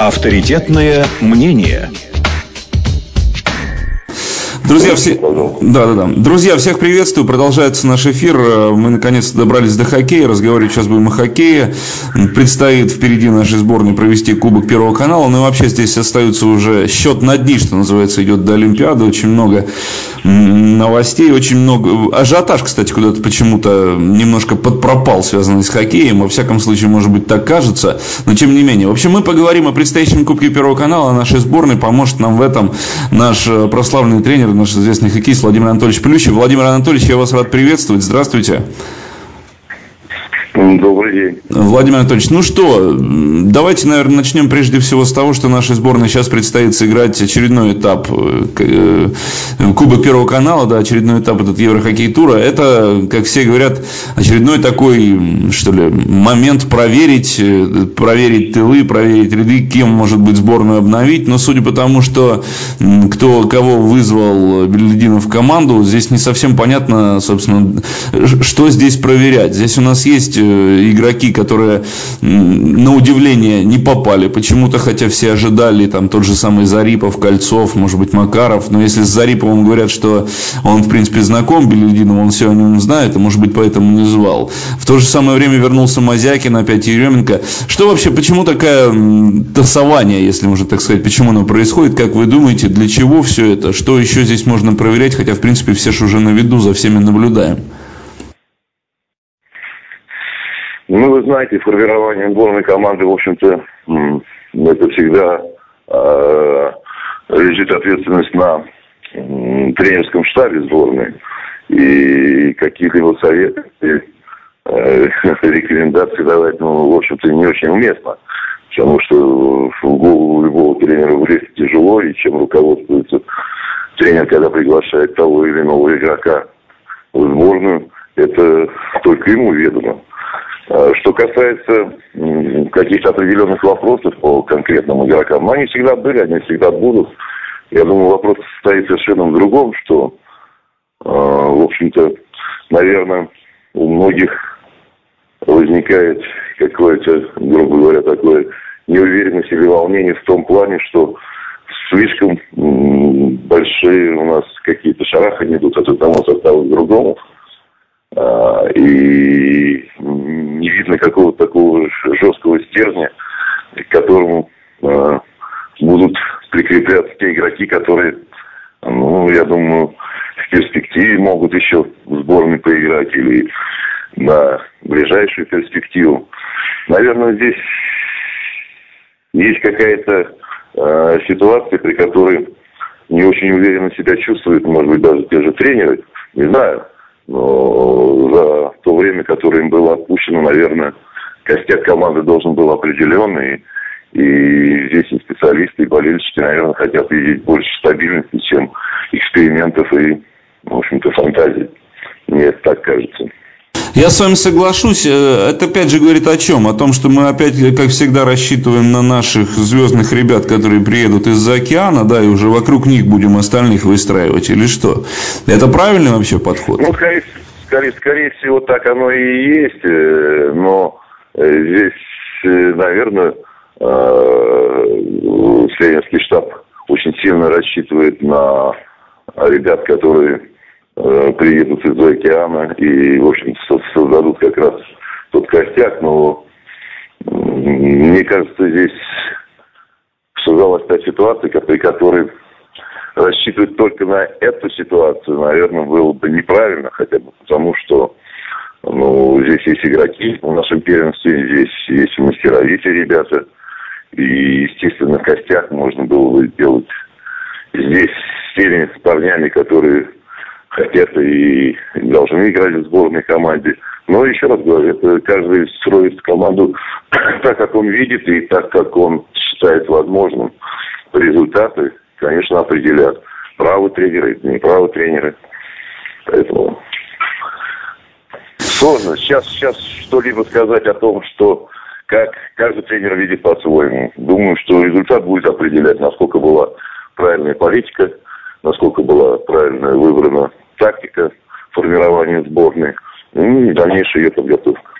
Авторитетное мнение. Друзья, Друзья, всех приветствую. Продолжается наш эфир. Мы наконец-то добрались до хоккея. Разговаривать сейчас будем о хоккее. Предстоит впереди нашей сборной провести Кубок Первого канала. Ну и вообще здесь остаются уже счет на дни, что называется, идет до Олимпиады. Очень много новостей, очень много. Ажиотаж, кстати, куда-то почему-то немножко подпропал, связанный с хоккеем. Во всяком случае, может быть, так кажется. Но тем не менее. В общем, мы поговорим о предстоящем Кубке Первого канала, о нашей сборной. Поможет нам в этом наш прославленный тренер, наш известный хоккеист Владимир Анатольевич Плющев. Владимир Анатольевич, я вас рад приветствовать. Здравствуйте. Добрый день. Владимир Анатольевич, ну что, давайте, наверное, начнем прежде всего с того, что нашей сборной сейчас предстоит сыграть очередной этап Кубок Первого канала, да, очередной этап этот Еврохоккей-тура. Это, как все говорят, очередной такой, что ли, момент проверить тылы, проверить ряды, кем может быть сборную обновить. Но судя по тому, что кого вызвал Белединов в команду, здесь не совсем понятно, собственно, что здесь проверять. Здесь у нас есть игроки, которые на удивление не попали почему-то, хотя все ожидали, там тот же самый Зарипов, Кольцов, может быть Макаров. Но если с Зариповым говорят, что он в принципе знаком Белединову, он все о нем знает, и может быть поэтому не звал. В то же самое время вернулся Мазякин, опять Еременко. Что вообще, почему такое тасование, если можно так сказать, почему оно происходит, как вы думаете, для чего все это, что еще здесь можно проверять, хотя в принципе все же уже на виду, за всеми наблюдаем. Ну, вы знаете, формирование сборной команды, в общем-то, это всегда лежит ответственность на тренерском штабе сборной. И какие-либо советы, рекомендации давать, в общем-то, не очень уместно. Потому что в голову любого тренера влезть тяжело, и чем руководствуется тренер, когда приглашает того или иного игрока в сборную, это только ему ведомо. Что касается каких-то определенных вопросов по конкретным игрокам, они всегда были, они всегда будут. Я думаю, вопрос состоит совершенно в другом, что, в общем-то, наверное, у многих возникает какое-то, грубо говоря, такое неуверенность или волнение в том плане, что слишком большие у нас какие-то шарахания идут от одного состава к другому. И не видно какого-то такого жесткого стержня, к которому будут прикрепляться те игроки, которые, я думаю, в перспективе могут еще в сборной поиграть или на ближайшую перспективу. Наверное, здесь есть какая-то ситуация, при которой не очень уверенно себя чувствуют, может быть, даже те же тренеры, не знаю. Но за то время, которое им было отпущено, наверное, костяк команды должен был определенный. И здесь и специалисты, и болельщики, наверное, хотят видеть больше стабильности, чем экспериментов и, в общем-то, фантазий. Мне это так кажется. Я с вами соглашусь. Это опять же говорит о чем? О том, что мы опять, как всегда, рассчитываем на наших звездных ребят, которые приедут из-за океана, да, и уже вокруг них будем остальных выстраивать, или что? Это правильный вообще подход? Ну, скорее всего, так оно и есть. Но здесь, наверное, тренерский штаб очень сильно рассчитывает на ребят, которые приедут из-за океана и, в общем, создадут как раз тот костяк. Но мне кажется, здесь создалась та ситуация, при которой рассчитывать только на эту ситуацию, наверное, было бы неправильно, хотя бы потому, что здесь есть игроки в нашем первенстве, здесь есть мастеровитые ребята, и, естественно, костяк можно было бы делать здесь с теми парнями, которые хотят и должны играть в сборной команде. Но еще раз говорю, это каждый строит команду так, как он видит и так, как он считает возможным. Результаты, конечно, определят. Правы тренеры, не правы тренеры. Поэтому сложно сейчас что-либо сказать о том, что как каждый тренер видит по-своему. Думаю, что результат будет определять, насколько была правильная политика, насколько была правильно выбрана тактика формирования сборной и дальнейшая ее подготовка.